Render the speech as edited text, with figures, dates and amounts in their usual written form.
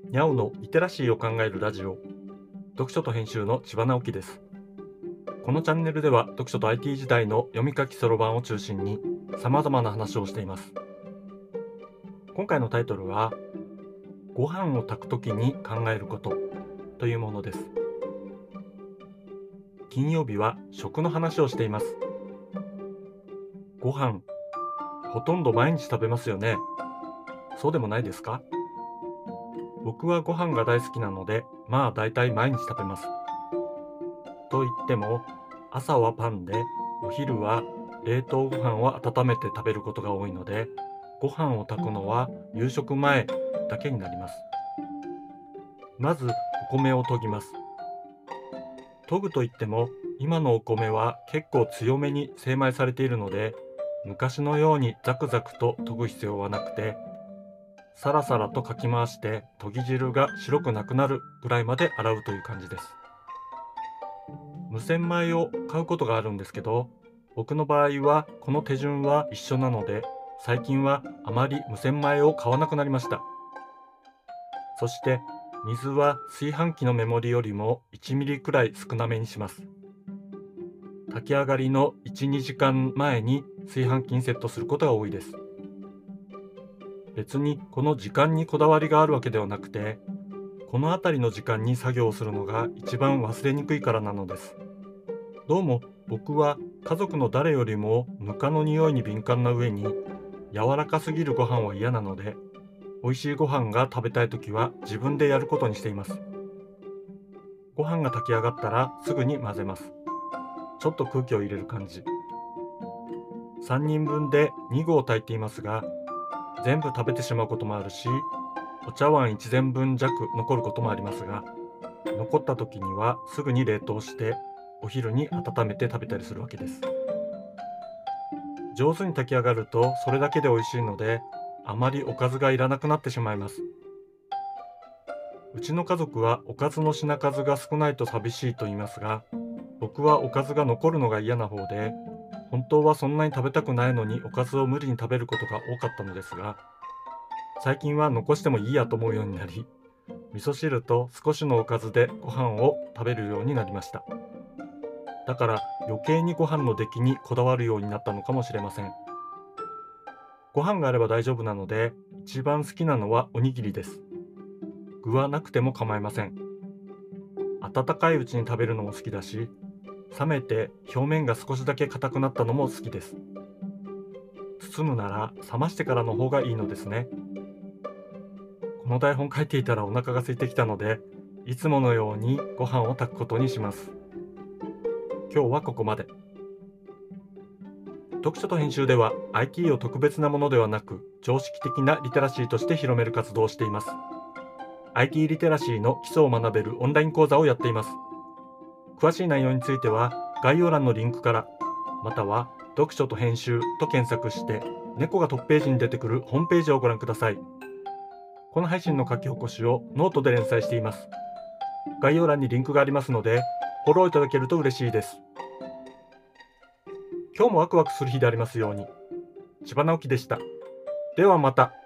にゃおのリテラシーを考えるラジオ、読書と編集の千葉直樹です。このチャンネルでは読書と IT 時代の読み書きそろばんを中心に様々な話をしています。今回のタイトルは、ご飯を炊くときに考えることというものです。金曜日は食の話をしています。ご飯、ほとんど毎日食べますよね。そうでもないですか？僕はご飯が大好きなので、だいたい毎日食べます。と言っても、朝はパンで、お昼は冷凍ご飯を温めて食べることが多いので、ご飯を炊くのは夕食前だけになります。まず、お米を研ぎます。研ぐといっても、今のお米は結構強めに精米されているので、昔のようにザクザクと研ぐ必要はなくて、さらさらとかき回して研ぎ汁が白くなくなるぐらいまで洗うという感じです。無洗米を買うことがあるんですけど、僕の場合はこの手順は一緒なので、最近はあまり無洗米を買わなくなりました。そして水は炊飯器の目盛りよりも1ミリくらい少なめにします。炊き上がりの1、2時間前に炊飯器にセットすることが多いです。別にこの時間にこだわりがあるわけではなくて、この辺りの時間に作業をするのが一番忘れにくいからなのです。どうも僕は家族の誰よりもぬかの匂いに敏感な上に、柔らかすぎるご飯は嫌なので、美味しいご飯が食べたいときは自分でやることにしています。ご飯が炊き上がったらすぐに混ぜます。ちょっと空気を入れる感じ。3人分で2合炊いていますが、全部食べてしまうこともあるし、お茶碗1膳分弱残ることもありますが、残った時にはすぐに冷凍してお昼に温めて食べたりするわけです。上手に炊き上がるとそれだけで美味しいので、あまりおかずがいらなくなってしまいます。うちの家族はおかずの品数が少ないと寂しいと言いますが、僕はおかずが残るのが嫌な方で、本当はそんなに食べたくないのにおかずを無理に食べることが多かったのですが、最近は残してもいいやと思うようになり、味噌汁と少しのおかずでご飯を食べるようになりました。だから余計にご飯の出来にこだわるようになったのかもしれません。ご飯があれば大丈夫なので、一番好きなのはおにぎりです。具はなくても構いません。温かいうちに食べるのも好きだし、冷めて表面が少しだけ硬くなったのも好きです。包むなら冷ましてからの方がいいのですね。この台本書いていたらお腹が空いてきたので、いつものようにご飯を炊くことにします。今日はここまで。読書と編集では IT を特別なものではなく、常識的なリテラシーとして広める活動をしています。IT リテラシーの基礎を学べるオンライン講座をやっています。詳しい内容については概要欄のリンクから、または読書と編集と検索して猫がトップページに出てくるホームページをご覧ください。この配信の書き起こしをノートで連載しています。概要欄にリンクがありますので、フォローいただけると嬉しいです。今日もワクワクする日でありますように。千葉直樹でした。ではまた。